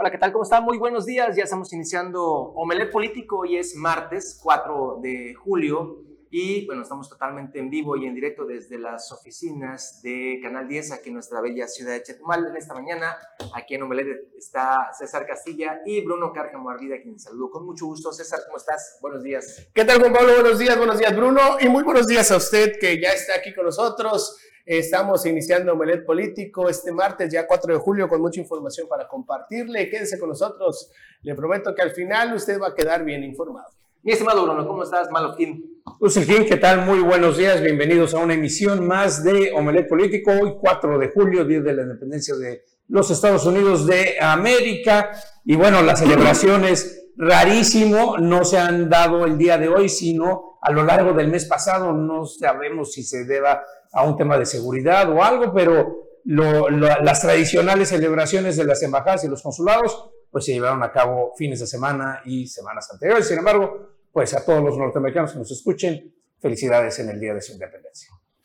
Hola, ¿qué tal? ¿Cómo están? Muy buenos días. Ya estamos iniciando Omelet Político. Hoy es martes 4 de julio y bueno, estamos totalmente en vivo y en directo desde las oficinas de Canal 10 aquí en nuestra bella ciudad de Chetumal. En esta mañana aquí en Omelet está César Castilla y Bruno Cárcamo Arvida, quien saludo con mucho gusto. César, ¿cómo estás? Buenos días. ¿Qué tal, Juan Pablo? Buenos días Bruno, y muy buenos días a usted que ya está aquí con nosotros. Estamos iniciando Omelet Político este martes, ya 4 de julio, con mucha información para compartirle. Quédese con nosotros. Le prometo que al final usted va a quedar bien informado. Mi estimado Bruno, ¿cómo estás? Malofín. Lucelquín, ¿qué tal? Muy buenos días. Bienvenidos a una emisión más de Omelet Político. Hoy 4 de julio, Día de la Independencia de los Estados Unidos de América. Y bueno, las celebraciones rarísimo no se han dado el día de hoy, sino a lo largo del mes pasado. No sabemos si se deba a un tema de seguridad o algo, pero las tradicionales celebraciones de las embajadas y los consulados pues se llevaron a cabo fines de semana y semanas anteriores. Sin embargo, pues a todos los norteamericanos que nos escuchen, felicidades en el Día de su Independencia.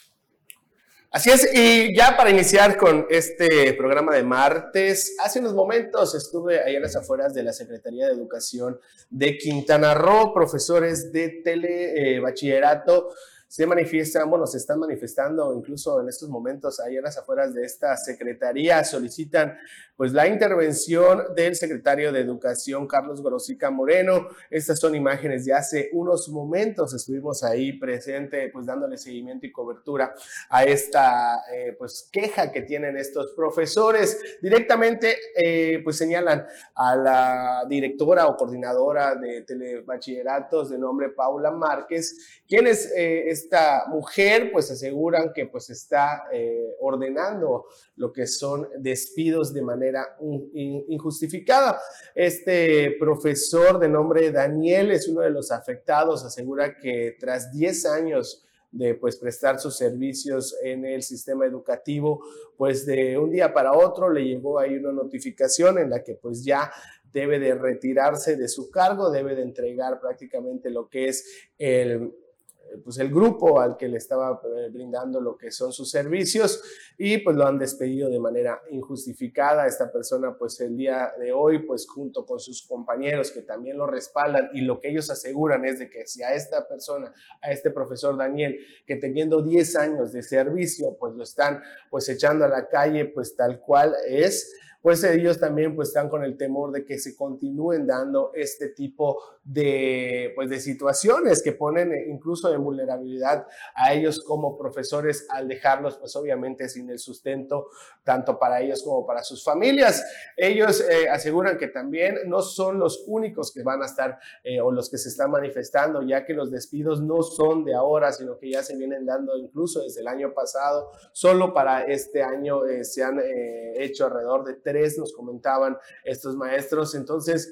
Así es, y ya para iniciar con este programa de martes, hace unos momentos estuve ahí en las afueras de la Secretaría de Educación de Quintana Roo. Profesores de telebachillerato se están manifestando incluso en estos momentos ahí en las afueras de esta secretaría. Solicitan pues la intervención del secretario de Educación, Carlos Gorosica Moreno. Estas son imágenes de hace unos momentos. Estuvimos ahí presente pues dándole seguimiento y cobertura a esta pues queja que tienen estos profesores. Directamente pues señalan a la directora o coordinadora de telebachilleratos de nombre Paula Márquez, quienes esta mujer pues aseguran que pues está ordenando lo que son despidos de manera injustificada. Este profesor de nombre Daniel es uno de los afectados. Asegura que tras 10 años de pues prestar sus servicios en el sistema educativo, pues de un día para otro le llegó ahí una notificación en la que pues ya debe de retirarse de su cargo, debe de entregar prácticamente lo que es el grupo al que le estaba brindando lo que son sus servicios, y pues lo han despedido de manera injustificada. Esta persona pues el día de hoy pues junto con sus compañeros que también lo respaldan, y lo que ellos aseguran es de que si a esta persona, a este profesor Daniel, que teniendo 10 años de servicio pues lo están pues echando a la calle pues tal cual es, pues ellos también pues están con el temor de que se continúen dando este tipo de situaciones que ponen incluso en vulnerabilidad a ellos como profesores al dejarlos pues obviamente sin el sustento tanto para ellos como para sus familias. Ellos aseguran que también no son los únicos que van a estar o los que se están manifestando, ya que los despidos no son de ahora, sino que ya se vienen dando incluso desde el año pasado. Solo para este año se han hecho alrededor de 3, nos comentaban estos maestros. Entonces,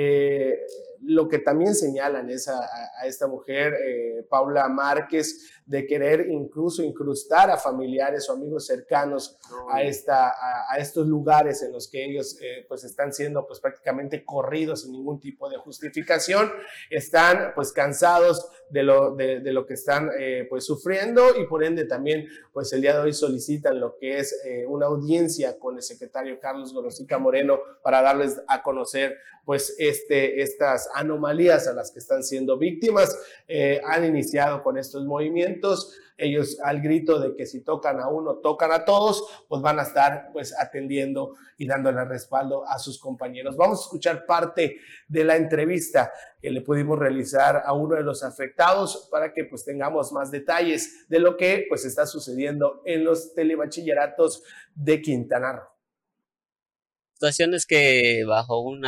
lo que también señalan es a esta mujer, Paula Márquez, de querer incluso incrustar a familiares o amigos cercanos a estos lugares en los que ellos pues están siendo pues prácticamente corridos sin ningún tipo de justificación. Están pues cansados de lo que están pues sufriendo, y por ende también pues el día de hoy solicitan lo que es una audiencia con el secretario Carlos Gorosica Moreno para darles a conocer pues estas anomalías a las que están siendo víctimas. Han iniciado con estos movimientos. Ellos, al grito de que si tocan a uno, tocan a todos, pues van a estar pues atendiendo y dándole respaldo a sus compañeros. Vamos a escuchar parte de la entrevista que le pudimos realizar a uno de los afectados para que pues tengamos más detalles de lo que pues está sucediendo en los telebachilleratos de Quintana Roo. Situaciones que bajo un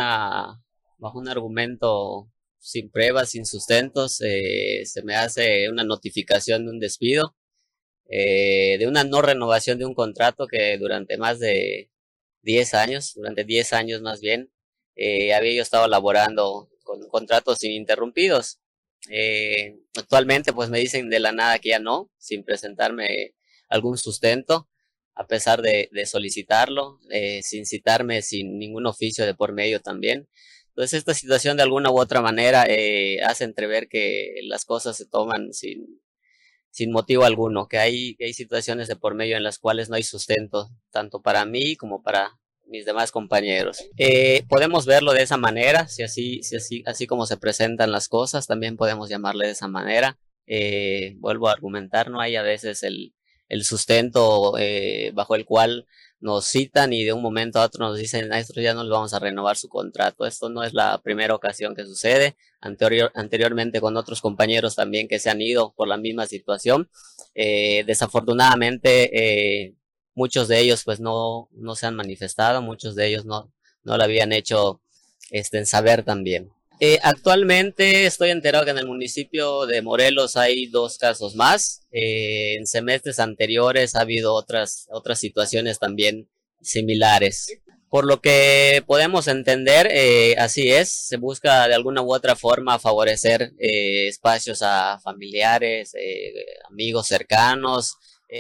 argumento sin pruebas, sin sustentos, se me hace una notificación de un despido, de una no renovación de un contrato que durante más de 10 años, durante 10 años más bien, había yo estado laborando con contratos ininterrumpidos. Actualmente pues me dicen de la nada que ya no, sin presentarme algún sustento, a pesar de solicitarlo, sin citarme, sin ningún oficio de por medio también. Entonces esta situación de alguna u otra manera hace entrever que las cosas se toman sin motivo alguno, que hay situaciones de por medio en las cuales no hay sustento, tanto para mí como para mis demás compañeros. Podemos verlo de esa manera, si así como se presentan las cosas, también podemos llamarle de esa manera. Vuelvo a argumentar, no hay a veces el sustento bajo el cual nos citan y de un momento a otro nos dicen, maestro, ya no le vamos a renovar su contrato. Esto no es la primera ocasión que sucede. Anteriormente con otros compañeros también que se han ido por la misma situación. Desafortunadamente, muchos de ellos pues no se han manifestado, muchos de ellos no lo habían hecho en saber también. Actualmente estoy enterado que en el municipio de Morelos hay 2 casos más. En semestres anteriores ha habido otras situaciones también similares. Por lo que podemos entender, así es, se busca de alguna u otra forma favorecer espacios a familiares, amigos cercanos.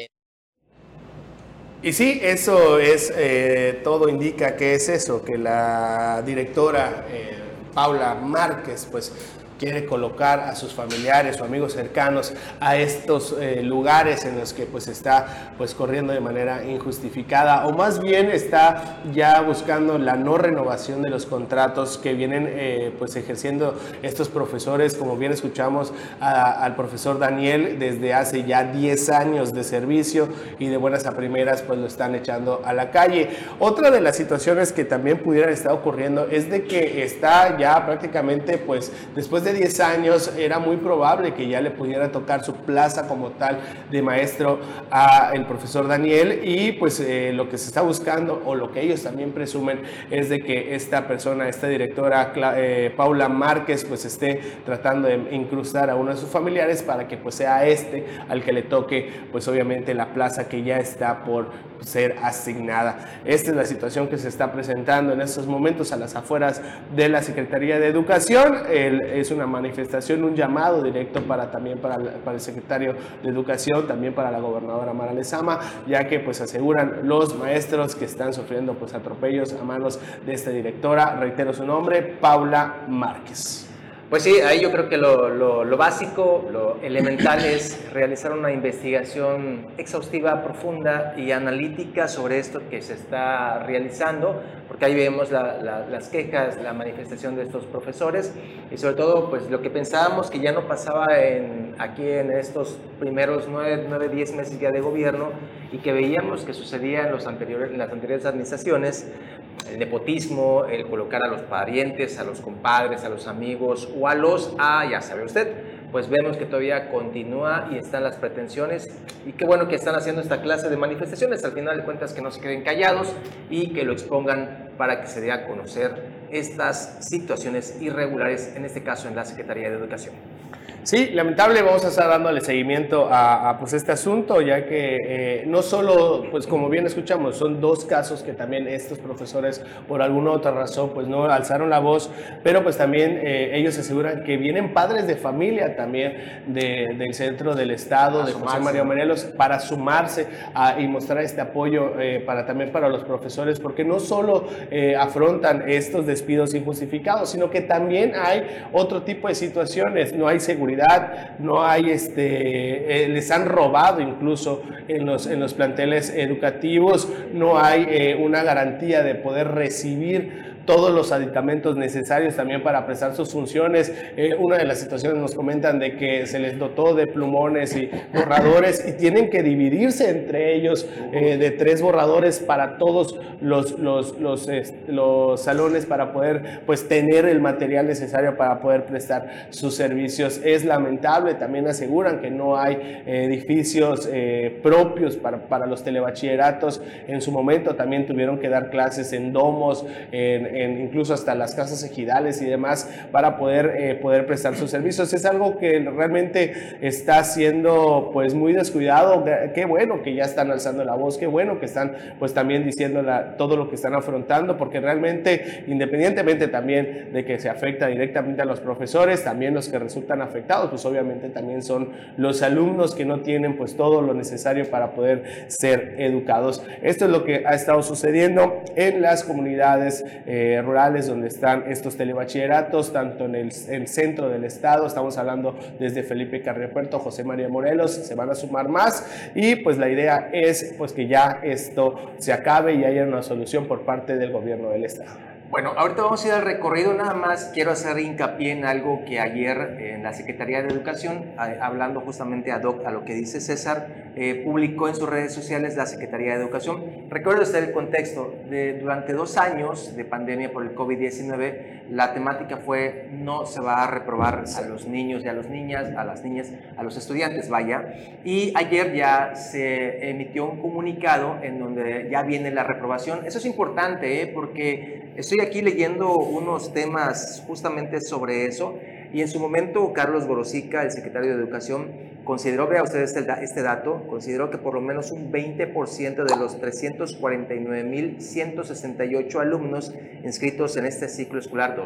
Y sí, eso es, todo indica que es eso, que la directora Paula Márquez, pues quiere colocar a sus familiares o amigos cercanos a estos lugares en los que pues está pues corriendo de manera injustificada, o más bien está ya buscando la no renovación de los contratos que vienen pues ejerciendo estos profesores, como bien escuchamos al profesor Daniel, desde hace ya 10 años de servicio, y de buenas a primeras pues lo están echando a la calle. Otra de las situaciones que también pudieran estar ocurriendo es de que está ya prácticamente pues después de 10 años era muy probable que ya le pudiera tocar su plaza como tal de maestro a el profesor Daniel, y pues lo que se está buscando, o lo que ellos también presumen, es de que esta persona, esta directora Paula Márquez, pues esté tratando de incrustar a uno de sus familiares para que pues sea al que le toque pues obviamente la plaza que ya está por ser asignada. Esta es la situación que se está presentando en estos momentos a las afueras de la Secretaría de Educación. Es una manifestación, un llamado directo para el secretario de Educación, también para la gobernadora Mara Lezama, ya que pues aseguran los maestros que están sufriendo pues atropellos a manos de esta directora. Reitero su nombre, Paula Márquez. Pues sí, ahí yo creo que lo básico, lo elemental es realizar una investigación exhaustiva, profunda y analítica sobre esto que se está realizando, porque ahí vemos las quejas, la manifestación de estos profesores, y sobre todo pues lo que pensábamos que ya no pasaba aquí en estos primeros 9, 10 meses ya de gobierno, y que veíamos que sucedía en las anteriores administraciones: el nepotismo, el colocar a los parientes, a los compadres, a los amigos o ya sabe usted. Pues vemos que todavía continúa y están las pretensiones, y qué bueno que están haciendo esta clase de manifestaciones, al final de cuentas que no se queden callados y que lo expongan para que se dé a conocer estas situaciones irregulares, en este caso en la Secretaría de Educación. Sí, lamentable, vamos a estar dándole seguimiento a pues este asunto, ya que no solo, pues como bien escuchamos, son 2 casos que también estos profesores por alguna otra razón pues no alzaron la voz, pero pues también ellos aseguran que vienen padres de familia también del centro del estado, de José María Morelos, para sumarse y mostrar este apoyo también para los profesores, porque no solo afrontan estos despidos injustificados, sino que también hay otro tipo de situaciones. No hay seguridad, no hay, les han robado incluso en los planteles educativos, no hay una garantía de poder recibir todos los aditamentos necesarios también para prestar sus funciones. Una de las situaciones nos comentan de que se les dotó de plumones y borradores y tienen que dividirse entre ellos de 3 borradores para todos los salones para poder pues tener el material necesario para poder prestar sus servicios. Es lamentable, también aseguran que no hay edificios propios para los telebachilleratos. En su momento también tuvieron que dar clases en domos, incluso hasta las casas ejidales y demás, para poder prestar sus servicios. Es algo que realmente está siendo pues muy descuidado. Qué bueno que ya están alzando la voz, qué bueno que están pues también diciendo todo lo que están afrontando, porque realmente, independientemente también de que se afecta directamente a los profesores, también los que resultan afectados pues obviamente también son los alumnos que no tienen pues todo lo necesario para poder ser educados. Esto es lo que ha estado sucediendo en las comunidades rurales donde están estos telebachilleratos, tanto en el centro del estado, estamos hablando desde Felipe Carriopuerto, José María Morelos, se van a sumar más y pues la idea es pues que ya esto se acabe y haya una solución por parte del gobierno del estado. Bueno, ahorita vamos a ir al recorrido, nada más quiero hacer hincapié en algo que ayer en la Secretaría de Educación, hablando justamente ad hoc a lo que dice César, publicó en sus redes sociales la Secretaría de Educación. Recuerdo usted el contexto, durante 2 años de pandemia por el COVID-19, la temática fue no se va a reprobar a los niños y a las niñas, a los estudiantes, vaya, y ayer ya se emitió un comunicado en donde ya viene la reprobación. Eso es importante, porque estoy aquí leyendo unos temas justamente sobre eso y en su momento Carlos Gorosica, el secretario de Educación, consideró, vea usted este dato, consideró que por lo menos un 20% de los 349,168 alumnos inscritos en este ciclo escolar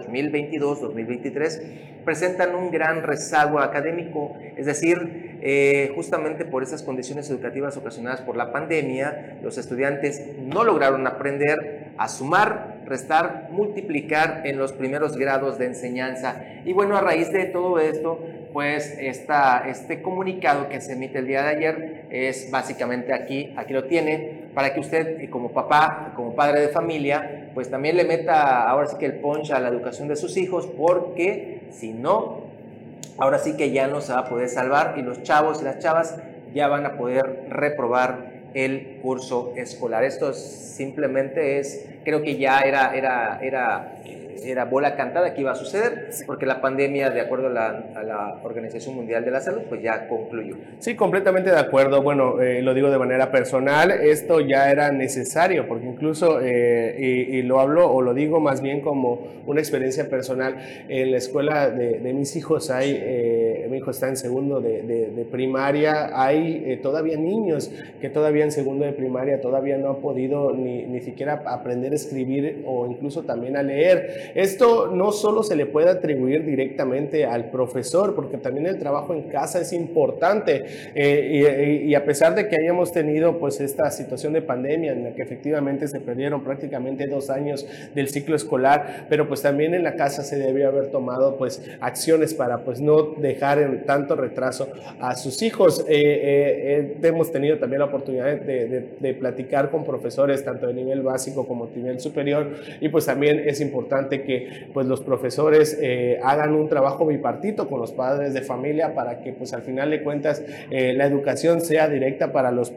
2022-2023 presentan un gran rezago académico, es decir, justamente por esas condiciones educativas ocasionadas por la pandemia, los estudiantes no lograron aprender a sumar, restar, multiplicar en los primeros grados de enseñanza. Y bueno, a raíz de todo esto, pues este comunicado que se emite el día de ayer es básicamente aquí lo tiene, para que usted como papá, como padre de familia, pues también le meta ahora sí que el punch a la educación de sus hijos, porque si no, ahora sí que ya no se va a poder salvar y los chavos y las chavas ya van a poder reprobar el curso escolar. Esto simplemente creo que ya era bola cantada que iba a suceder, porque la pandemia, de acuerdo a la Organización Mundial de la Salud, pues ya concluyó. Sí, completamente de acuerdo. Bueno, lo digo de manera personal, esto ya era necesario, porque incluso, y lo hablo o lo digo más bien como una experiencia personal, en la escuela de mis hijos mi hijo está en segundo de primaria, hay todavía niños que todavía en segundo de primaria todavía no han podido ni siquiera aprender a escribir o incluso también a leer. Esto no solo se le puede atribuir directamente al profesor, porque también el trabajo en casa es importante, y a pesar de que hayamos tenido pues esta situación de pandemia en la que efectivamente se perdieron prácticamente 2 años del ciclo escolar, pero pues también en la casa se debió haber tomado pues acciones para pues no dejar en tanto retraso a sus hijos. Hemos tenido también la oportunidad de platicar con profesores tanto de nivel básico como de nivel superior, y pues también es importante que pues los profesores hagan un trabajo bipartito con los padres de familia para que pues al final de cuentas la educación sea directa para los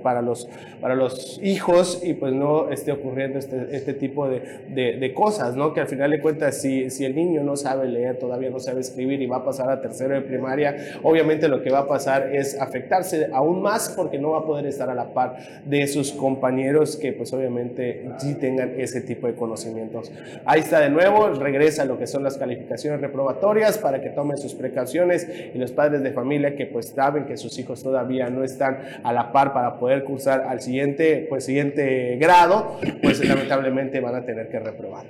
hijos y pues no esté ocurriendo este tipo de cosas, ¿no? Que al final de cuentas si el niño no sabe leer, todavía no sabe escribir y va a pasar a tercero de primaria, obviamente lo que va a pasar es afectarse aún más, porque no va a poder estar a la par de sus compañeros que pues obviamente sí tengan ese tipo de conocimientos. Ahí está de nuevo, regresa lo que son las calificaciones reprobatorias para que tomen sus precauciones, y los padres de familia que pues saben que sus hijos todavía no están a la par para poder cursar al siguiente grado, pues lamentablemente van a tener que reprobar.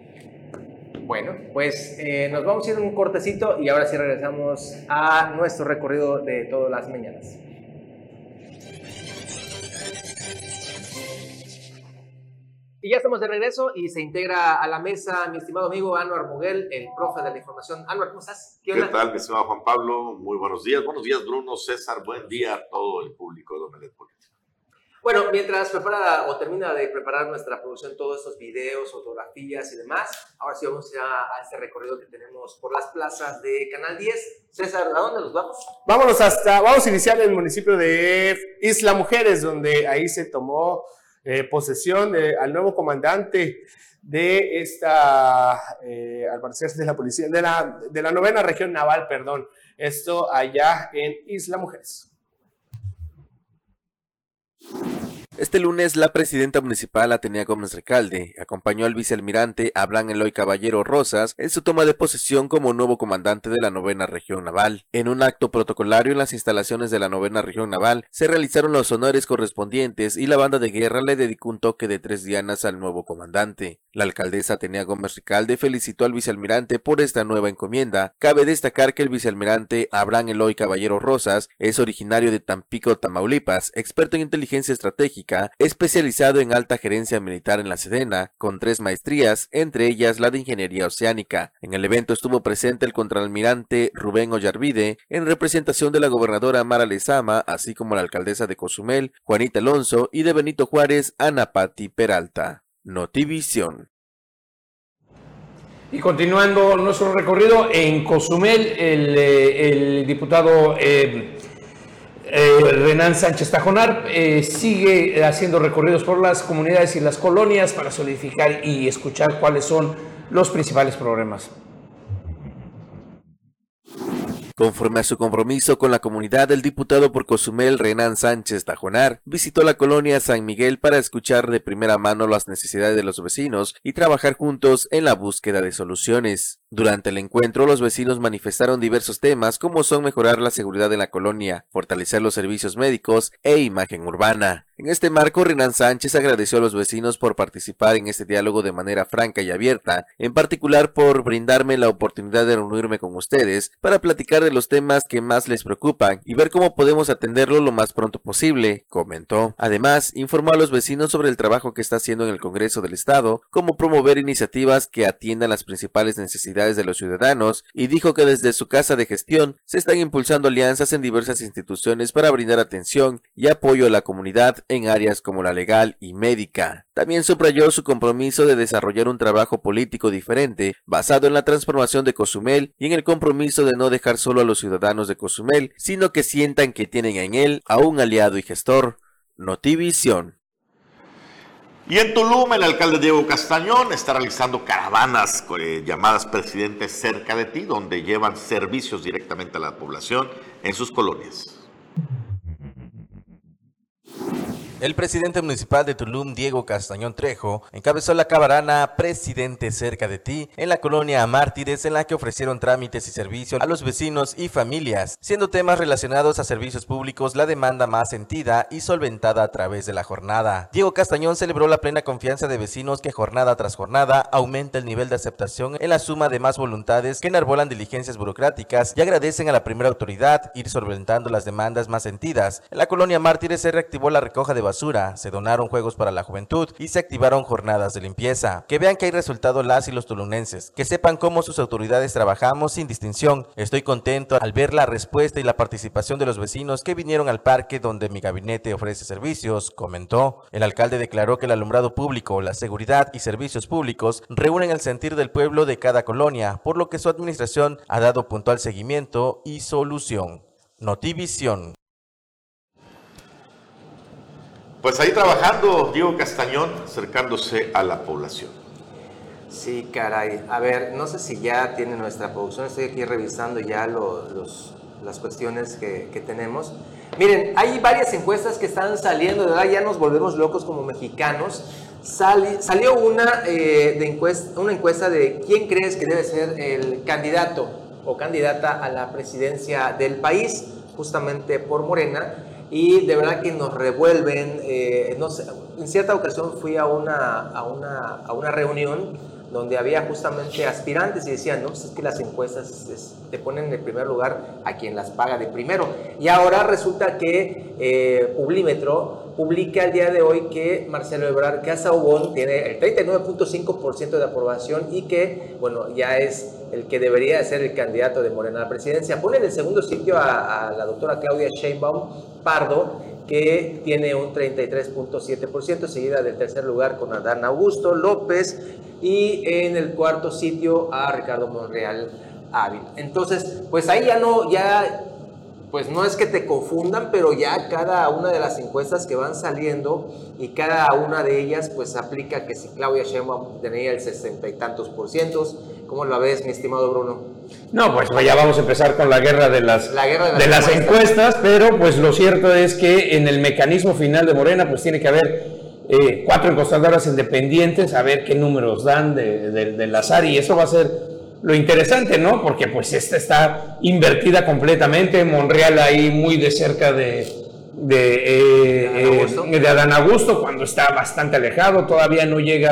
Bueno, pues nos vamos a ir en un cortecito y ahora sí regresamos a nuestro recorrido de todas las mañanas. Y ya estamos de regreso y se integra a la mesa mi estimado amigo Anwar Muguel, el profe de la información. Anwar, ¿cómo estás? ¿Qué tal, mi estimado Juan Pablo? Muy buenos días. Buenos días, Bruno, César. Buen día a todo el público de Omelet Político. Bueno, mientras prepara o termina de preparar nuestra producción, todos estos videos, fotografías y demás, ahora sí vamos a este recorrido que tenemos por las plazas de Canal 10. César, ¿a dónde nos vamos? Vamos a iniciar en el municipio de Isla Mujeres, donde ahí se tomó posesión al nuevo comandante de esta, al parecer de la policía, de la 9ª región naval, perdón, esto allá en Isla Mujeres. Este lunes, la presidenta municipal Atenea Gómez Recalde acompañó al vicealmirante Abraham Eloy Caballero Rosas en su toma de posesión como nuevo comandante de la 9ª región naval. En un acto protocolario en las instalaciones de la 9ª región naval, se realizaron los honores correspondientes y la banda de guerra le dedicó un toque de 3 dianas al nuevo comandante. La alcaldesa Atenea Gómez Recalde felicitó al vicealmirante por esta nueva encomienda. Cabe destacar que el vicealmirante Abraham Eloy Caballero Rosas es originario de Tampico, Tamaulipas, experto en inteligencia estratégica, especializado en alta gerencia militar en la Sedena, con 3 maestrías, entre ellas la de Ingeniería Oceánica. En el evento estuvo presente el contraalmirante Rubén Ollarvide, en representación de la gobernadora Mara Lezama, así como la alcaldesa de Cozumel, Juanita Alonso, y de Benito Juárez, Ana Patti Peralta. Notivisión. Y continuando nuestro recorrido en Cozumel, el diputado Renan Sánchez Tajonar sigue haciendo recorridos por las comunidades y las colonias para solidificar y escuchar cuáles son los principales problemas. Conforme a su compromiso con la comunidad, el diputado por Cozumel, Renan Sánchez Tajonar, visitó la colonia San Miguel para escuchar de primera mano las necesidades de los vecinos y trabajar juntos en la búsqueda de soluciones. Durante el encuentro, los vecinos manifestaron diversos temas como son mejorar la seguridad en la colonia, fortalecer los servicios médicos e imagen urbana. En este marco, Renan Sánchez agradeció a los vecinos por participar en este diálogo de manera franca y abierta, en particular por brindarme la oportunidad de reunirme con ustedes para platicar de los temas que más les preocupan y ver cómo podemos atenderlo lo más pronto posible, comentó. Además, informó a los vecinos sobre el trabajo que está haciendo en el Congreso del Estado, como promover iniciativas que atiendan las principales necesidades de los ciudadanos, y dijo que desde su casa de gestión se están impulsando alianzas en diversas instituciones para brindar atención y apoyo a la comunidad en áreas como la legal y médica. También subrayó su compromiso de desarrollar un trabajo político diferente, basado en la transformación de Cozumel y en el compromiso de no dejar solo a los ciudadanos de Cozumel, sino que sientan que tienen en él a un aliado y gestor. Notivisión. Y en Tulum, el alcalde Diego Castañón está realizando caravanas llamadas Presidente Cerca de Ti, donde llevan servicios directamente a la población en sus colonias. El presidente municipal de Tulum, Diego Castañón Trejo, encabezó la caravana Presidente Cerca de Ti en la colonia Mártires, en la que ofrecieron trámites y servicios a los vecinos y familias, siendo temas relacionados a servicios públicos la demanda más sentida y solventada a través de la jornada. Diego Castañón celebró la plena confianza de vecinos que jornada tras jornada aumenta el nivel de aceptación en la suma de más voluntades que enarbolan diligencias burocráticas y agradecen a la primera autoridad ir solventando las demandas más sentidas. En la colonia Mártires se reactivó la recoja de basura, se donaron juegos para la juventud y se activaron jornadas de limpieza. Que vean que hay resultado las y los tulunenses, que sepan cómo sus autoridades trabajamos sin distinción. Estoy contento al ver la respuesta y la participación de los vecinos que vinieron al parque donde mi gabinete ofrece servicios, comentó. El alcalde declaró que el alumbrado público, la seguridad y servicios públicos reúnen el sentir del pueblo de cada colonia, por lo que su administración ha dado puntual seguimiento y solución. Notivisión. Pues ahí trabajando Diego Castañón, acercándose a la población. Sí, caray. A ver, no sé si ya tiene nuestra producción, estoy aquí revisando ya las cuestiones que tenemos. Miren, hay varias encuestas que están saliendo, de verdad ya nos volvemos locos como mexicanos. Salió una encuesta de quién crees que debe ser el candidato o candidata a la presidencia del país, justamente por Morena. Y de verdad que nos revuelven, no sé, en cierta ocasión fui a una reunión donde había justamente aspirantes y decían, no, pues es que las encuestas te ponen en primer lugar a quien las paga de primero. Y ahora resulta que Publímetro publica el día de hoy que Marcelo Ebrard Casaubon tiene el 39.5% de aprobación y que, bueno, ya es el que debería ser el candidato de Morena a la presidencia. Pone en el segundo sitio a la doctora Claudia Sheinbaum Pardo, que tiene un 33.7%, seguida del tercer lugar con Adán Augusto López, y en el cuarto sitio a Ricardo Monreal Ávila. Entonces, pues ahí pues no es que te confundan, pero ya cada una de las encuestas que van saliendo y cada una de ellas pues aplica que si Claudia Sheinbaum tenía el 60 y tantos %. ¿Cómo la ves, mi estimado Bruno? No, pues ya vamos a empezar con la guerra de las encuestas, pero pues lo cierto es que en el mecanismo final de Morena pues tiene que haber 4 encuestadoras independientes a ver qué números dan del azar, y eso va a ser lo interesante, ¿no? Porque pues esta está invertida completamente, Monreal ahí muy de cerca de Adán Augusto, cuando está bastante alejado, todavía no llega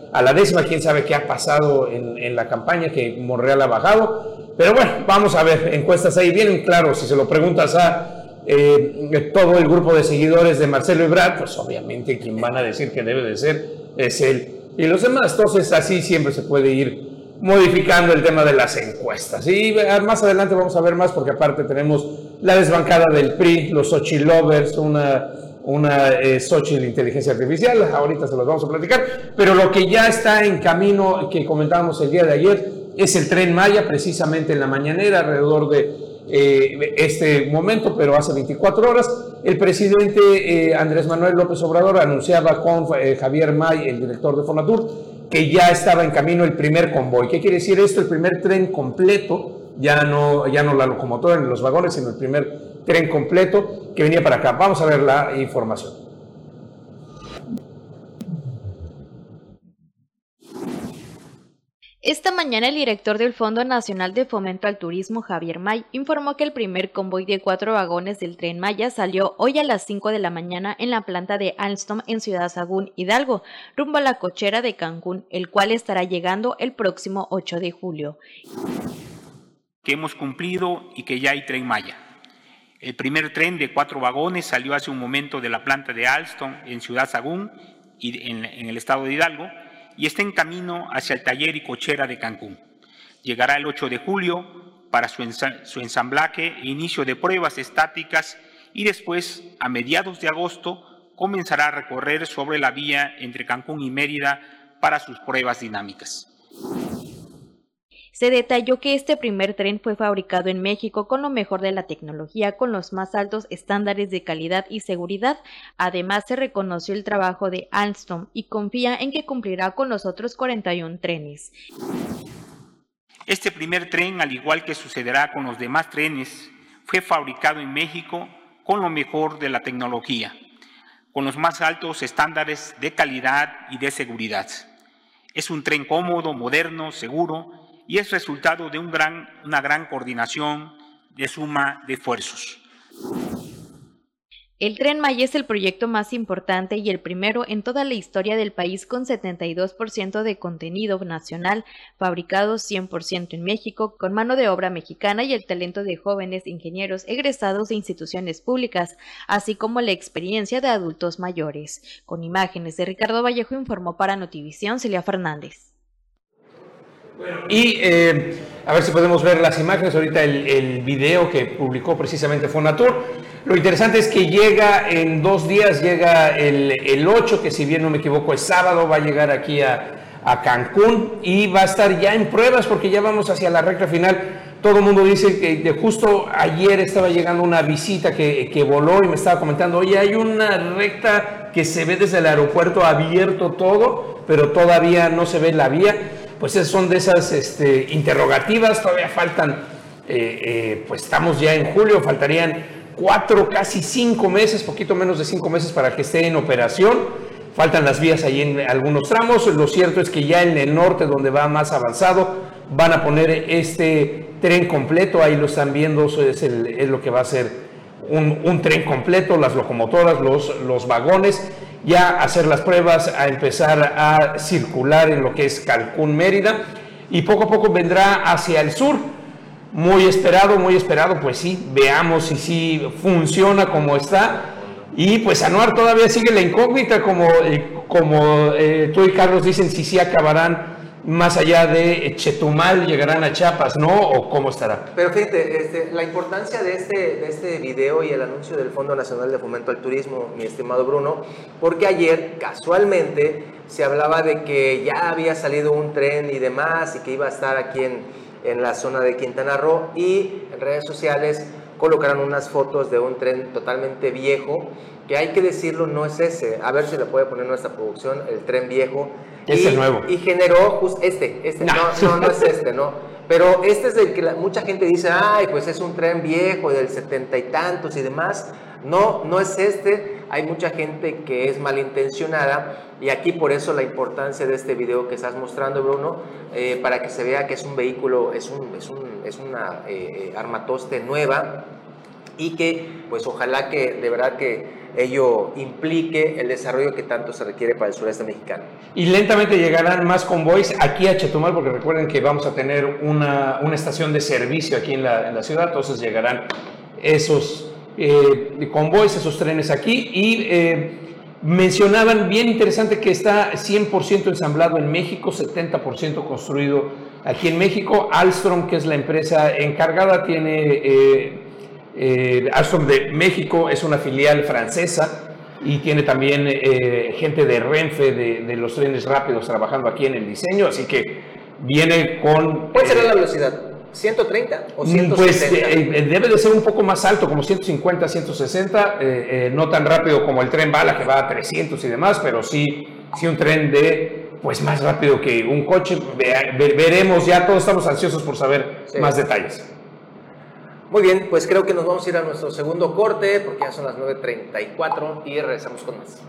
a la 10ª. Quién sabe qué ha pasado en la campaña, que Monreal ha bajado. Pero bueno, vamos a ver, encuestas ahí vienen, claro, si se lo preguntas a todo el grupo de seguidores de Marcelo Ebrard, pues obviamente quien van a decir que debe de ser es él y los demás. Entonces así siempre se puede ir modificando el tema de las encuestas. Y más adelante vamos a ver más, porque aparte tenemos la desbancada del PRI, los Xochitl Lovers, una Xochitl inteligencia artificial. Ahorita se los vamos a platicar, pero lo que ya está en camino, que comentábamos el día de ayer, es el Tren Maya, precisamente en la mañanera, alrededor de este momento, pero hace 24 horas, el presidente Andrés Manuel López Obrador anunciaba con Javier May, el director de Fonatur, que ya estaba en camino el primer convoy. ¿Qué quiere decir esto? El primer tren completo, ya no la locomotora ni los vagones, sino el primer tren completo que venía para acá. Vamos a ver la información. Esta mañana el director del Fondo Nacional de Fomento al Turismo, Javier May, informó que el primer convoy de 4 vagones del Tren Maya salió hoy a las 5 de la mañana en la planta de Alstom en Ciudad Sagún, Hidalgo, rumbo a la cochera de Cancún, el cual estará llegando el próximo 8 de julio. Que hemos cumplido y que ya hay Tren Maya. El primer tren de 4 vagones salió hace un momento de la planta de Alstom en Ciudad Sagún, en el estado de Hidalgo, y está en camino hacia el taller y cochera de Cancún. Llegará el 8 de julio para su ensamblaje e inicio de pruebas estáticas, y después, a mediados de agosto, comenzará a recorrer sobre la vía entre Cancún y Mérida para sus pruebas dinámicas. Se detalló que este primer tren fue fabricado en México con lo mejor de la tecnología, con los más altos estándares de calidad y seguridad. Además, se reconoció el trabajo de Alstom y confía en que cumplirá con los otros 41 trenes. Este primer tren, al igual que sucederá con los demás trenes, fue fabricado en México con lo mejor de la tecnología, con los más altos estándares de calidad y de seguridad. Es un tren cómodo, moderno, seguro, y es resultado de una gran coordinación de suma de esfuerzos. El Tren Maya es el proyecto más importante y el primero en toda la historia del país, con 72% de contenido nacional, fabricado 100% en México, con mano de obra mexicana y el talento de jóvenes ingenieros egresados de instituciones públicas, así como la experiencia de adultos mayores. Con imágenes de Ricardo Vallejo, informó para Notivisión Celia Fernández. Y a ver si podemos ver las imágenes, ahorita el video que publicó precisamente Fonatur. Lo interesante es que llega en 2 días, llega el 8, que si bien no me equivoco es sábado, va a llegar aquí a Cancún y va a estar ya en pruebas, porque ya vamos hacia la recta final. Todo el mundo dice que justo ayer estaba llegando una visita que voló y me estaba comentando, oye, hay una recta que se ve desde el aeropuerto abierto todo, pero todavía no se ve la vía. Pues esas son de esas interrogativas. Todavía faltan, pues estamos ya en julio, faltarían 4, casi 5 meses, poquito menos de 5 meses para que esté en operación. Faltan las vías ahí en algunos tramos. Lo cierto es que ya en el norte, donde va más avanzado, van a poner este tren completo. Ahí lo están viendo, eso es lo que va a ser un tren completo, las locomotoras, los vagones. Ya hacer las pruebas, a empezar a circular en lo que es Cancún, Mérida, y poco a poco vendrá hacia el sur. Muy esperado, pues sí, veamos si sí funciona como está. Y pues Anuar, todavía sigue la incógnita, como tú y Carlos dicen, si sí acabarán más allá de Chetumal, llegarán a Chiapas, ¿no? ¿O cómo estará? Pero fíjate, la importancia de este video y el anuncio del Fondo Nacional de Fomento al Turismo, mi estimado Bruno, porque ayer, casualmente, se hablaba de que ya había salido un tren y demás, y que iba a estar aquí en la zona de Quintana Roo, y en redes sociales colocaron unas fotos de un tren totalmente viejo, que hay que decirlo, no es ese. A ver si le puede poner nuestra producción, el tren viejo. Es el nuevo. Y generó, no es este, ¿no? Pero este es el que mucha gente dice, ay, pues es un tren viejo del 70 y tantos y demás. No es este. Hay mucha gente que es malintencionada, y aquí por eso la importancia de este video que estás mostrando, Bruno, para que se vea que es un vehículo, es una armatoste nueva, y que pues ojalá que de verdad que ello implique el desarrollo que tanto se requiere para el sureste mexicano. Y lentamente llegarán más convoys aquí a Chetumal, porque recuerden que vamos a tener una estación de servicio aquí en la ciudad, entonces llegarán esos convoys, esos trenes aquí, y mencionaban, bien interesante, que está 100% ensamblado en México, 70% construido aquí en México. Alstom, que es la empresa encargada, tiene Alstom de México, es una filial francesa, y tiene también gente de Renfe, de los trenes rápidos, trabajando aquí en el diseño, así que viene con... ¿Cuál será la velocidad? ¿130 o 170? Pues debe de ser un poco más alto, como 150, 160, no tan rápido como el tren bala, que va a 300 y demás, pero sí un tren pues más rápido que un coche. Veremos, ya todos estamos ansiosos por saber más detalles. Muy bien, pues creo que nos vamos a ir a nuestro segundo corte, porque ya son las 9:34 y regresamos con más.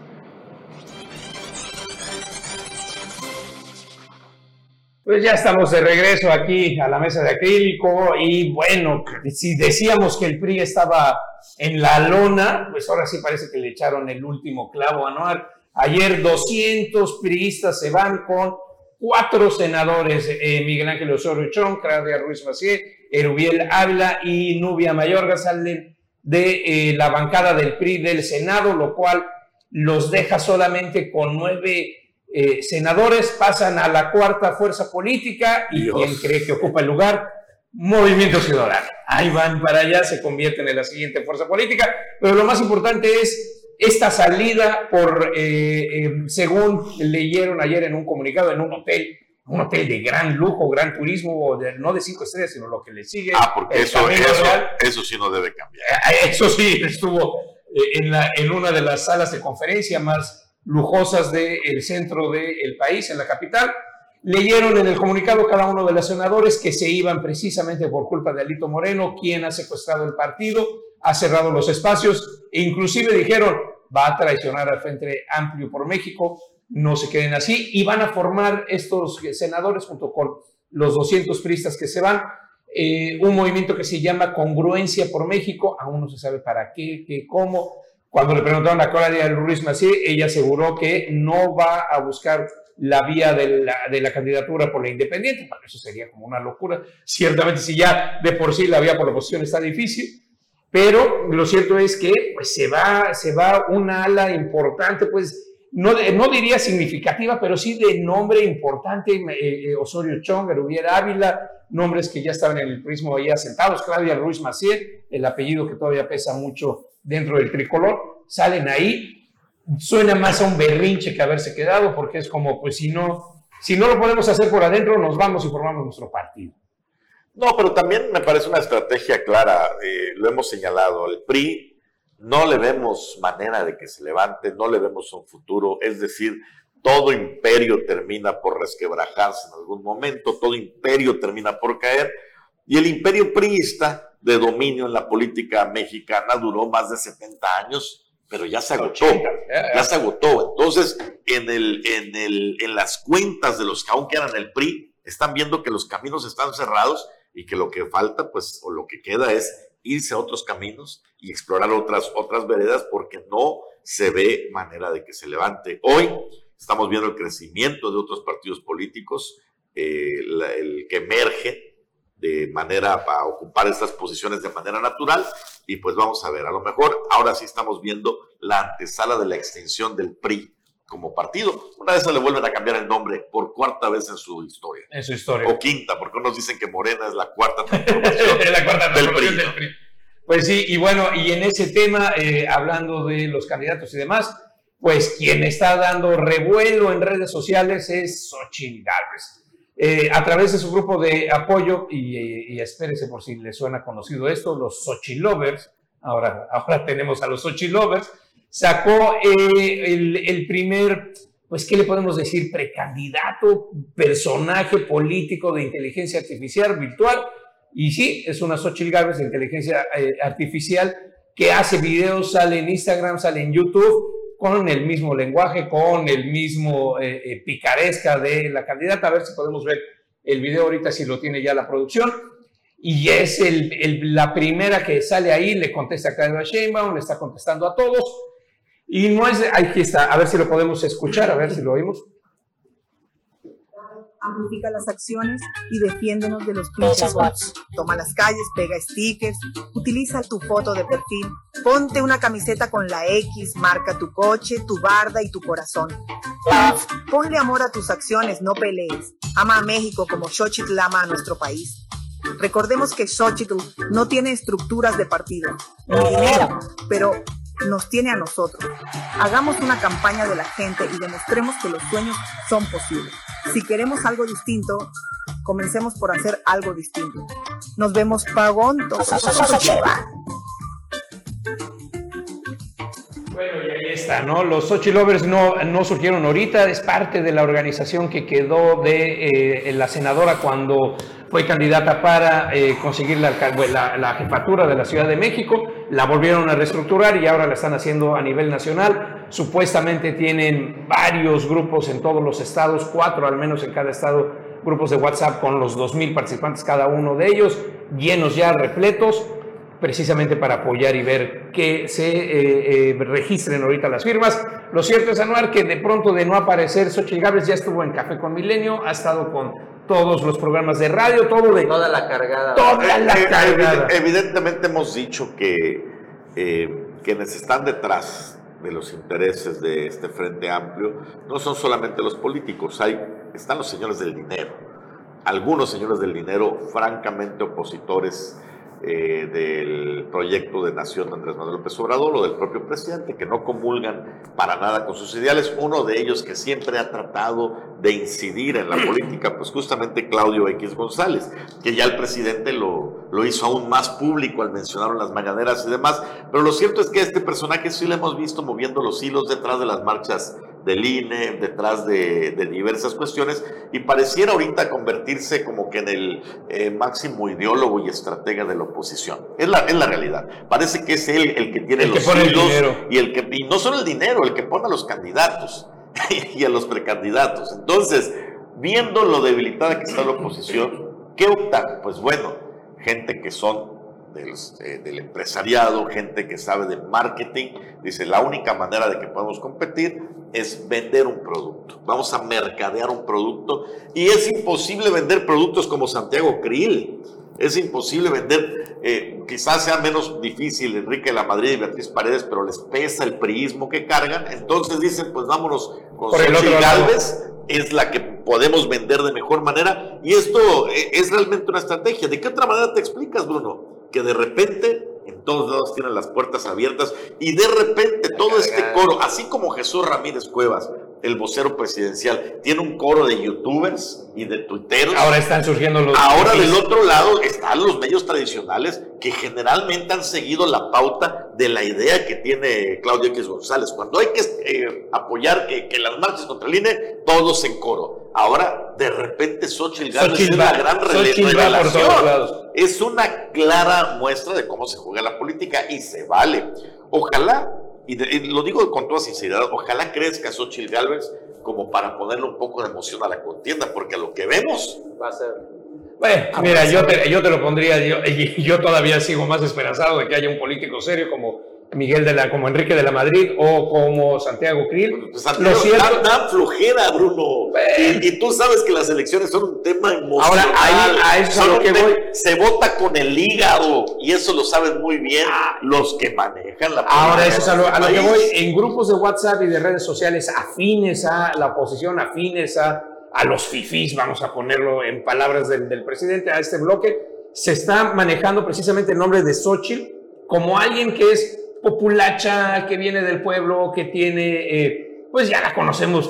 Pues ya estamos de regreso aquí a la mesa de acrílico, y bueno, si decíamos que el PRI estaba en la lona, pues ahora sí parece que le echaron el último clavo anual. Ayer 200 priistas se van con 4 senadores, Miguel Ángel Osorio Chong, Claudia Ruiz Massieu, Erubiel Ávila y Nubia Mayorga, salen de la bancada del PRI del Senado, lo cual los deja solamente con 9 senadores. Pasan a la cuarta fuerza política, y ¿quién cree que ocupa el lugar? Movimiento Ciudadano. Ahí van para allá, se convierten en la siguiente fuerza política, pero lo más importante es esta salida por, según leyeron ayer en un comunicado, en un hotel de gran lujo, gran turismo, no de 5 estrellas, sino lo que le sigue. Porque eso sí no debe cambiar. Eso sí, estuvo en una de las salas de conferencia más lujosas del centro del país, en la capital. Leyeron en el comunicado cada uno de los senadores que se iban precisamente por culpa de Alito Moreno, quien ha secuestrado el partido, ha cerrado los espacios, e inclusive dijeron, va a traicionar al Frente Amplio por México, no se queden así, y van a formar estos senadores junto con los 200 priistas que se van, un movimiento que se llama Congruencia por México. Aún no se sabe para qué, cómo. Cuando le preguntaron a Claudia Ruiz Massieu, ella aseguró que no va a buscar la vía de la candidatura por la independiente. Bueno, eso sería como una locura. Ciertamente, si ya de por sí la vía por la oposición está difícil, pero lo cierto es que pues, se va una ala importante, pues no diría significativa, pero sí de nombre importante. Osorio Chong, Erubiel Ávila, nombres que ya estaban en el prismo ahí asentados. Claudia Ruiz Massieu, el apellido que todavía pesa mucho dentro del tricolor, salen ahí. Suena más a un berrinche que haberse quedado, porque es como, pues si no lo podemos hacer por adentro, nos vamos y formamos nuestro partido. No, pero también me parece una estrategia clara, lo hemos señalado, al PRI no le vemos manera de que se levante, no le vemos un futuro, es decir, todo imperio termina por resquebrajarse en algún momento, todo imperio termina por caer, y el imperio priista de dominio en la política mexicana duró más de 70 años, pero ya se agotó, Entonces, en las cuentas de los que aún quedan en el PRI, están viendo que los caminos están cerrados y que lo que falta, pues, o lo que queda es irse a otros caminos y explorar otras veredas, porque no se ve manera de que se levante. Hoy estamos viendo el crecimiento de otros partidos políticos, el que emerge de manera para ocupar estas posiciones de manera natural, y pues vamos a ver, a lo mejor ahora sí estamos viendo la antesala de la extinción del PRI como partido. Una vez se le vuelven a cambiar el nombre por 4ª vez en su historia. O 5ª, porque unos dicen que Morena es la 4ª transformación del PRI. Pues sí, y bueno, y en ese tema, hablando de los candidatos y demás, pues quien está dando revuelo en redes sociales es Xochitl Gálvez. A través de su grupo de apoyo, y espérese por si le suena conocido esto, los Xochitl Lovers, ahora tenemos a los Xochitl Lovers, sacó el primer, pues, ¿qué le podemos decir? Precandidato, personaje político de inteligencia artificial virtual. Y sí, es una Xochitl Gálvez de inteligencia artificial que hace videos, sale en Instagram, sale en YouTube, con el mismo lenguaje, con el mismo picaresca de la candidata. A ver si podemos ver el video ahorita, si lo tiene ya la producción. Y es la primera que sale ahí, le contesta a Claudia Sheinbaum, le está contestando a todos. Y no es, aquí está, a ver si lo podemos escuchar, a ver si lo oímos. Amplifica las acciones y defiéndenos de los pinches bots. Toma las calles, pega stickers, utiliza tu foto de perfil, ponte una camiseta con la X, marca tu coche, tu barda y tu corazón. Ponle amor a tus acciones, no pelees. Ama a México como Xochitl ama a nuestro país. Recordemos que Xochitl no tiene estructuras de partido, ni dinero, pero nos tiene a nosotros. Hagamos una campaña de la gente y demostremos que los sueños son posibles. Si queremos algo distinto, comencemos por hacer algo distinto. Nos vemos pagontos. Bueno, y ahí está, ¿no? Los Xochitl Lovers no surgieron ahorita, es parte de la organización que quedó de la senadora cuando fue candidata para conseguir la jefatura de la Ciudad de México, la volvieron a reestructurar y ahora la están haciendo a nivel nacional. Supuestamente tienen varios grupos en todos los estados, 4 al menos en cada estado, grupos de WhatsApp con los 2,000 participantes cada uno de ellos, llenos ya, repletos, precisamente para apoyar y ver que se registren ahorita las firmas. Lo cierto es, Anuar, que de pronto de no aparecer, Xochitl Gálvez ya estuvo en Café con Milenio, ha estado con todos los programas de radio, todo de... Toda la cargada. Toda la cargada. Evidentemente hemos dicho que quienes están detrás de los intereses de este Frente Amplio no son solamente los políticos, están los señores del dinero. Algunos señores del dinero francamente opositores del proyecto de nación de Andrés Manuel López Obrador o del propio presidente, que no comulgan para nada con sus ideales. Uno de ellos que siempre ha tratado de incidir en la política, pues justamente Claudio X González, que ya el presidente lo hizo aún más público al mencionar las mañaneras y demás. Pero lo cierto es que a este personaje sí lo hemos visto moviendo los hilos detrás de las marchas del INE, detrás de diversas cuestiones, y pareciera ahorita convertirse como que en el máximo ideólogo y estratega de la oposición. Es la realidad. Parece que es él el que tiene los hilos y no solo el dinero, el que pone a los candidatos y a los precandidatos. Entonces, viendo lo debilitada que está la oposición, ¿qué opta? Pues bueno, gente que son del empresariado, gente que sabe de marketing, dice, la única manera de que podamos competir es vender un producto, vamos a mercadear un producto, y es imposible vender productos como Santiago Krill, es imposible vender, quizás sea menos difícil Enrique de la Madrid y Beatriz Paredes, pero les pesa el priismo que cargan, entonces dicen, pues vámonos con Xochitl Gálvez, es la que podemos vender de mejor manera, y esto es realmente una estrategia. ¿De qué otra manera te explicas, Bruno? Que de repente en todos lados tienen las puertas abiertas y de repente todo este coro, así como Jesús Ramírez Cuevas, el vocero presidencial, tiene un coro de youtubers y de tuiteros. Ahora están surgiendo los... Ahora del otro lado están los medios tradicionales que generalmente han seguido la pauta de la idea que tiene Claudio X González. Cuando hay que apoyar que las marchas contra el INE, todos en coro. Ahora, de repente, Xochitl Gálvez es una gran revelación. Es una clara muestra de cómo se juega la política y se vale. Ojalá, y lo digo con toda sinceridad, ojalá crezca Xochitl Gálvez como para ponerle un poco de emoción a la contienda, porque lo que vemos va a ser... Bueno, mira, yo te lo pondría, yo todavía sigo más esperanzado de que haya un político serio como como Enrique de la Madrid o como Santiago Krill. Santiago, da flojera, Bruno. Y tú sabes que las elecciones son un tema emocional. Ahora, a eso es a lo que voy. Se vota con el hígado, y eso lo saben muy bien los que manejan la política. Ahora, eso es a lo que voy. En grupos de WhatsApp y de redes sociales afines a la oposición, afines a los fifís, vamos a ponerlo en palabras del presidente, a este bloque, se está manejando precisamente el nombre de Xochitl como alguien que es populacha, que viene del pueblo, que tiene, pues ya la conocemos,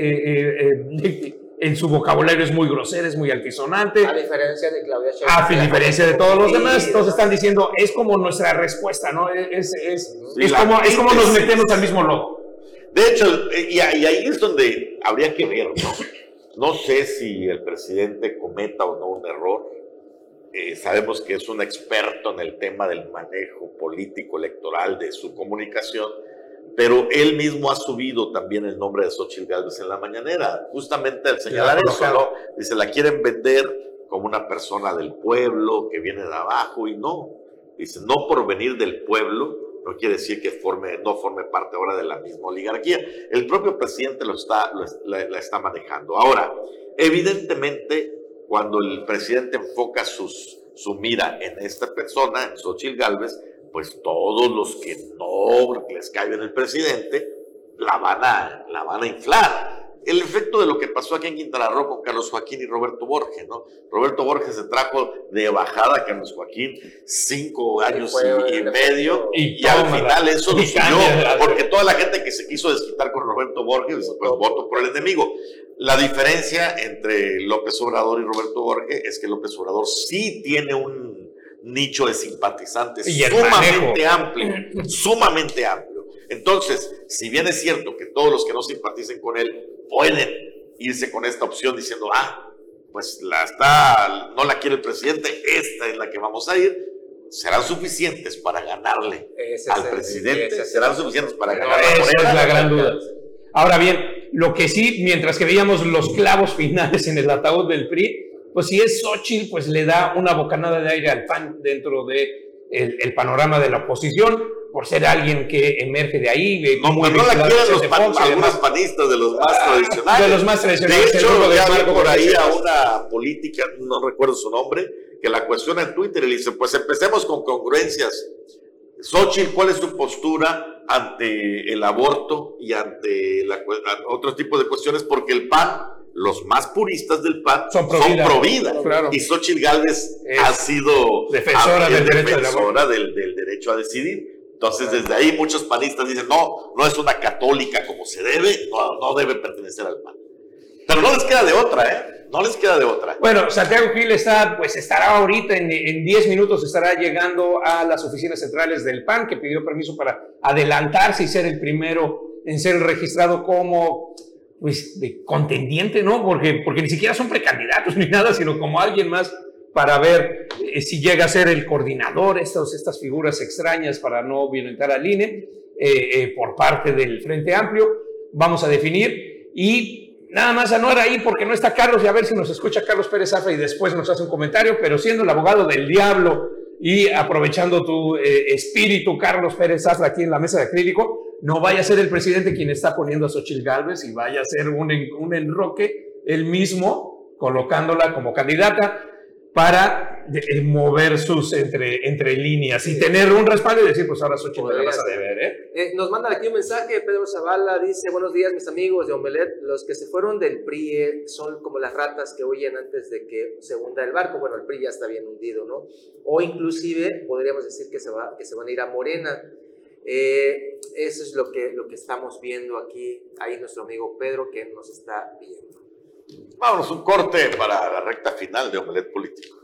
que en su vocabulario es muy grosera, es muy altisonante. A diferencia de Claudia Sheinbaum. A diferencia de todos los demás, entonces están diciendo, es como nuestra respuesta, ¿no? Es como nos metemos al mismo lodo. De hecho, y ahí es donde habría que ver, ¿no? No sé si el presidente cometa o no un error. Sabemos que es un experto en el tema del manejo político electoral de su comunicación, pero él mismo ha subido también el nombre de Xochitl Gálvez en la mañanera, justamente al señalar eso, ¿no? Dice, la quieren vender como una persona del pueblo, que viene de abajo, y no. Dice, no por venir del pueblo no quiere decir que no forme parte ahora de la misma oligarquía. El propio presidente la está manejando. Ahora, evidentemente, cuando el presidente enfoca su mira en esta persona, en Xóchitl Gálvez, pues todos los que no les cae bien el presidente la van a inflar. El efecto de lo que pasó aquí en Quintana Roo con Carlos Joaquín y Roberto Borges, ¿no? Roberto Borges se trajo de bajada a Carlos Joaquín 5 años y medio, y al final eso lo subió, porque toda la gente que se quiso desquitar con Roberto Borges, pues votó por el enemigo. La diferencia entre López Obrador y Roberto Borges es que López Obrador sí tiene un nicho de simpatizantes sumamente amplio. Entonces, si bien es cierto que todos los que no simpaticen con él pueden irse con esta opción diciendo, pues no la quiere el presidente, esta es la que vamos a ir, serán suficientes para ganarle al presidente, serán suficientes para ganarle. Esa es la gran duda. Ahora bien, lo que sí, mientras que veíamos los clavos finales en el ataúd del PRI, pues si es Xóchitl, pues le da una bocanada de aire al PAN dentro de el panorama de la oposición, por ser alguien que emerge de ahí. No la quieren algunos panistas de los más tradicionales. De los más tradicionales. De hecho, ya vi por ahí a una política, no recuerdo su nombre, que la cuestiona en Twitter y le dice, pues empecemos con congruencias. Xóchitl, ¿cuál es su postura ante el aborto y ante otro tipo de cuestiones? Porque el PAN, los más puristas del PAN son pro vida. Claro. Y Xóchitl Gálvez ha sido defensora del derecho a decidir. Entonces, desde ahí muchos panistas dicen, no es una católica como se debe, no debe pertenecer al PAN. Pero no les queda de otra, No les queda de otra. Bueno, Santiago Krill estará ahorita, en 10 minutos estará llegando a las oficinas centrales del PAN, que pidió permiso para adelantarse y ser el primero en ser registrado como de contendiente, ¿no? Porque ni siquiera son precandidatos ni nada, sino como alguien más para ver si llega a ser el coordinador, estas figuras extrañas para no violentar al INE por parte del Frente Amplio. Vamos a definir y nada más a no era ahí porque no está Carlos, y a ver si nos escucha Carlos Pérez Zafra y después nos hace un comentario, pero siendo el abogado del diablo y aprovechando tu espíritu, Carlos Pérez Zafra, aquí en la mesa de acrílico, no vaya a ser el presidente quien está poniendo a Xóchitl Gálvez y vaya a ser un enroque él mismo colocándola como candidata para mover sus entre líneas y tener un respaldo y decir, pues ahora Xóchitl me la vas a deber, Nos mandan aquí un mensaje, Pedro Zavala dice, buenos días mis amigos de Omelet, los que se fueron del PRI son como las ratas que huyen antes de que se hunda el barco. Bueno, el PRI ya está bien hundido, ¿no? O inclusive podríamos decir que se van a ir a Morena. Eso es lo que estamos viendo aquí, ahí nuestro amigo Pedro que nos está viendo. Vámonos un corte para la recta final de Omelet Político.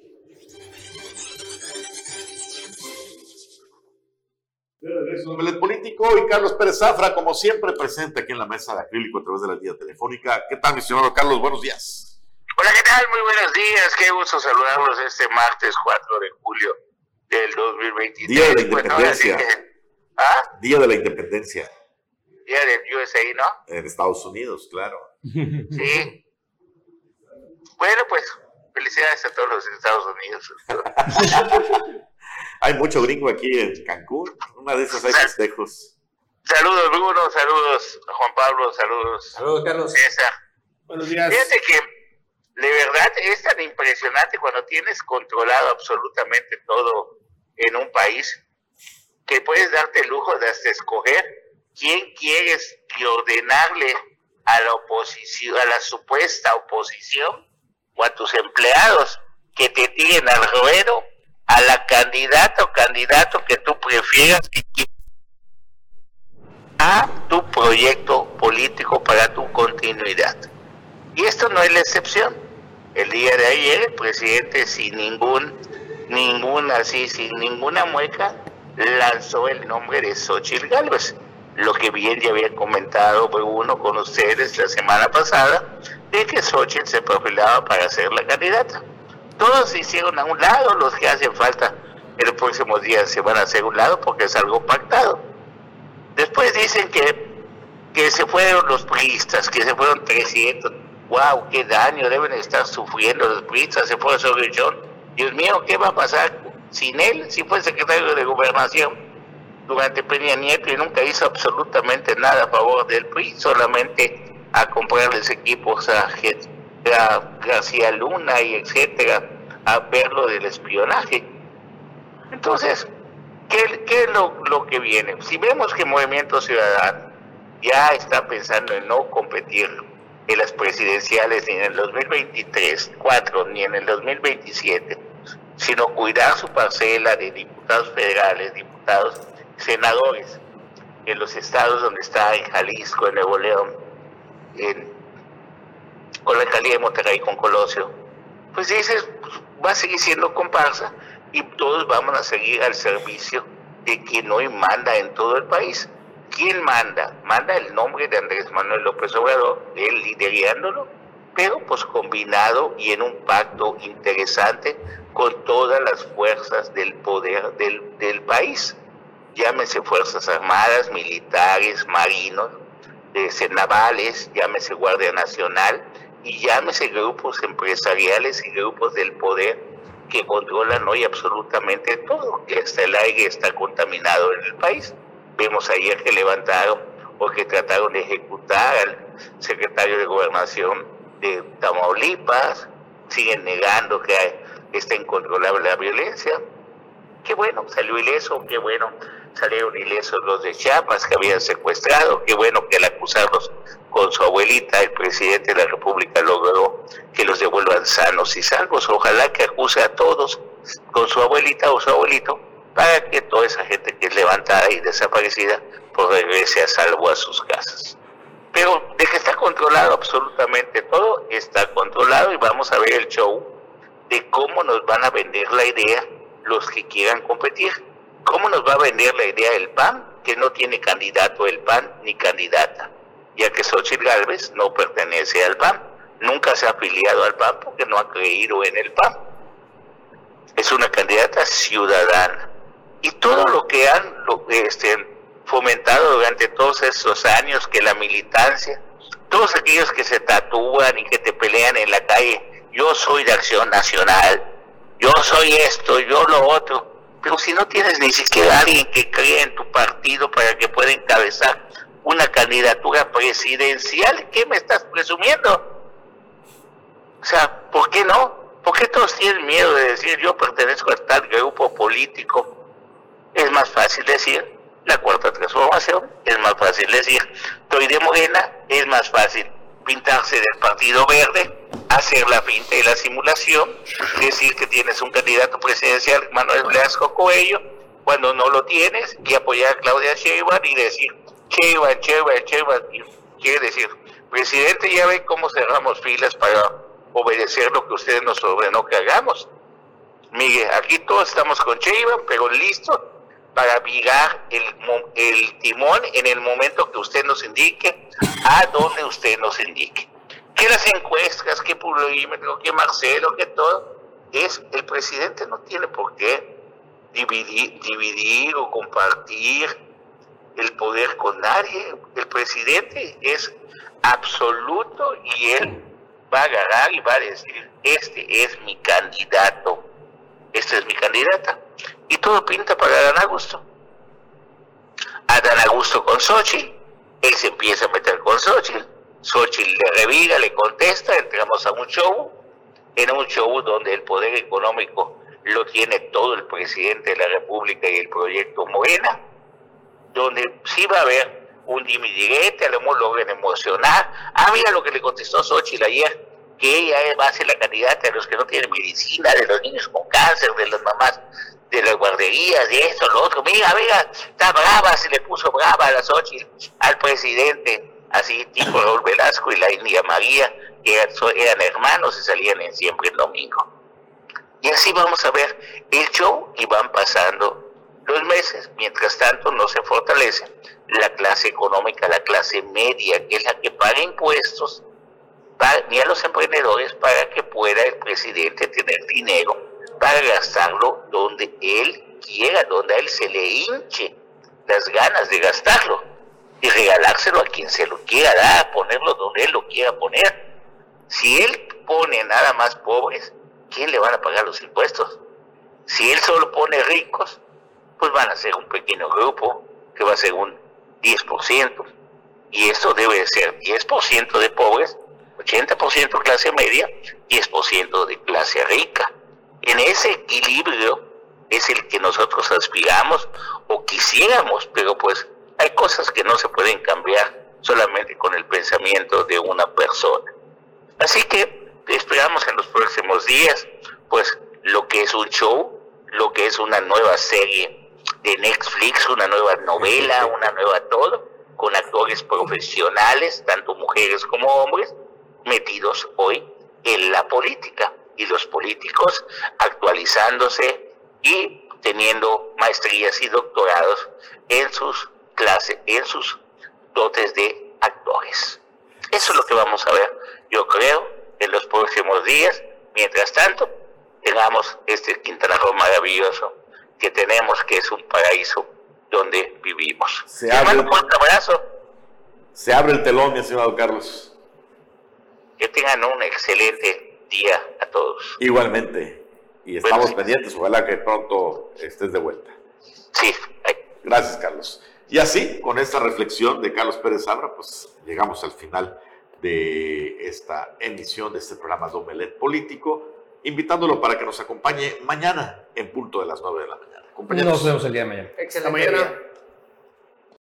Omelet Político y Carlos Pérez Zafra, como siempre, presente aquí en la mesa de acrílico a través de la línea telefónica. ¿Qué tal, mi señor Carlos? Buenos días. Hola, ¿qué tal? Muy buenos días. Qué gusto saludarlos este martes 4 de julio del 2023. Día de la Independencia. Día de la Independencia. Día del USA, ¿no? En Estados Unidos, claro. Sí. Bueno, pues, felicidades a todos los Estados Unidos. Hay mucho gringo aquí en Cancún. Una de esas hay festejos. Saludos, Bruno. Saludos, Juan Pablo. Saludos. Saludos, Carlos. César. Buenos días. Fíjate que, de verdad, es tan impresionante cuando tienes controlado absolutamente todo en un país que puedes darte el lujo de hasta escoger quién quieres que ordenarle a la oposición, a la supuesta oposición o a tus empleados que te tiren al ruedo a la candidata o candidato que tú prefieras a tu proyecto político para tu continuidad. Y esto no es la excepción. El día de ayer el presidente sin ninguna mueca lanzó el nombre de Xóchitl Gálvez, lo que bien ya había comentado uno con ustedes la semana pasada, de que Xóchitl se perfilaba para ser la candidata. Todos se hicieron a un lado, los que hacen falta en los próximos días se van a hacer a un lado porque es algo pactado. Después dicen que se fueron los priistas, que se fueron 300. ¡Wow! ¡Qué daño deben estar sufriendo los priistas! Se fue Sorrichón. Dios mío, ¿qué va a pasar sin él? Si fue secretario de Gobernación. durante Peña Nieto y nunca hizo absolutamente nada a favor del PRI, solamente a comprarles equipos a García Luna y etcétera, a ver lo del espionaje. Entonces, ¿qué es lo que viene? Si vemos que Movimiento Ciudadano ya está pensando en no competir en las presidenciales ni en el 2023, ni en el 2027, sino cuidar su parcela de diputados federales, diputados, senadores, en los estados donde está, en Jalisco, en Nuevo León, con la alcaldía de Monterrey, con Colosio, pues dices, va a seguir siendo comparsa y todos vamos a seguir al servicio de quien hoy manda en todo el país. ¿Quién manda? Manda el nombre de Andrés Manuel López Obrador, él liderándolo, pero pues combinado y en un pacto interesante con todas las fuerzas del poder del país. Llámese Fuerzas Armadas, militares, marinos, navales, llámese Guardia Nacional y llámese grupos empresariales y grupos del poder que controlan hoy absolutamente todo, que hasta el aire está contaminado en el país. Vemos ayer que levantaron o que trataron de ejecutar al secretario de Gobernación de Tamaulipas, siguen negando que está incontrolable la violencia. Qué bueno, salió ileso, qué bueno, salieron ilesos los de Chiapas que habían secuestrado, qué bueno que al acusarlos con su abuelita, el presidente de la República logró que los devuelvan sanos y salvos. Ojalá que acuse a todos con su abuelita o su abuelito, para que toda esa gente que es levantada y desaparecida pues regrese a salvo a sus casas. Pero de que está controlado absolutamente todo, está controlado, y vamos a ver el show de cómo nos van a vender la idea los que quieran competir. ¿Cómo nos va a vender la idea el PAN, que no tiene candidato el PAN ni candidata? Ya que Xóchitl Gálvez no pertenece al PAN, nunca se ha afiliado al PAN porque no ha creído en el PAN. Es una candidata ciudadana. Y todo lo que han fomentado durante todos estos años, que la militancia, todos aquellos que se tatúan y que te pelean en la calle, yo soy de Acción Nacional, yo soy esto, yo lo otro, pero si no tienes ni siquiera alguien que cree en tu partido para que pueda encabezar una candidatura presidencial, ¿qué me estás presumiendo? O sea, ¿por qué no? ¿Por qué todos tienen miedo de decir yo pertenezco a tal grupo político? Es más fácil decir la Cuarta Transformación, es más fácil decir estoy de Morena, es más fácil pintarse del Partido Verde, hacer la pinta y la simulación, decir que tienes un candidato presidencial, Manuel Velasco Coello, cuando no lo tienes, y apoyar a Claudia Sheinbaum y decir Sheinbaum, quiere decir, presidente, ya ve cómo cerramos filas para obedecer lo que usted nos ordenó que hagamos. Miguel, aquí todos estamos con Sheinbaum, pero listos para virar el timón en el momento que usted nos indique, a donde usted nos indique. Que las encuestas, que Pulímetro, que Marcelo, que todo, el presidente no tiene por qué dividir o compartir el poder con nadie. El presidente es absoluto y él va a agarrar y va a decir, este es mi candidato, esta es mi candidata. Y todo pinta para Dan Augusto. A Dan Augusto con Xóchitl, él se empieza a meter con Xóchitl le revira, le contesta, entramos a un show, en un show donde el poder económico lo tiene todo el presidente de la República y el proyecto Morena, donde sí va a haber un dimidirete, a lo mejor logran emocionar. Mira lo que le contestó Xóchitl ayer, que ella va a ser la candidata de los que no tienen medicina, de los niños con cáncer, de las mamás de las guarderías, de esto, lo otro. Mira, está brava, se le puso brava a la Xóchitl, al presidente, así tipo Raúl Velasco y la India María, que eran hermanos y salían en Siempre el Domingo. Y así vamos a ver el show y van pasando los meses. Mientras tanto no se fortalece la clase económica, la clase media, que es la que paga impuestos, ni a los emprendedores, para que pueda el presidente tener dinero para gastarlo donde él quiera, donde a él se le hinche las ganas de gastarlo y regalárselo a quien se lo quiera dar, ponerlo donde él lo quiera poner. Si él pone nada más pobres, ¿quién le van a pagar los impuestos? Si él solo pone ricos, pues van a ser un pequeño grupo, que va a ser un 10%. Y esto debe de ser 10% de pobres, 80% clase media, 10% de clase rica. En ese equilibrio es el que nosotros aspiramos o quisiéramos, pero pues hay cosas que no se pueden cambiar solamente con el pensamiento de una persona. Así que esperamos en los próximos días, pues lo que es un show, lo que es una nueva serie de Netflix, una nueva novela, una nueva todo, con actores profesionales, tanto mujeres como hombres, metidos hoy en la política, y los políticos actualizándose y teniendo maestrías y doctorados en sus clases, en sus dotes de actores. Eso es lo que vamos a ver, yo creo, en los próximos días. Mientras tanto, tengamos este Quintana Roo maravilloso que tenemos, que es un paraíso donde vivimos. Hermano, un fuerte abrazo. Se abre el telón, mi estimado Carlos. Que tengan un excelente día a todos. Igualmente. Y estamos pendientes, ojalá que pronto estés de vuelta. Sí. Gracias, Carlos. Y así, con esta reflexión de Carlos Pérez Abra, pues llegamos al final de esta emisión de este programa de Omelet Político, invitándolo para que nos acompañe mañana en punto de las 9 de la mañana. Nos vemos el día de mañana. Excelente. Hasta mañana.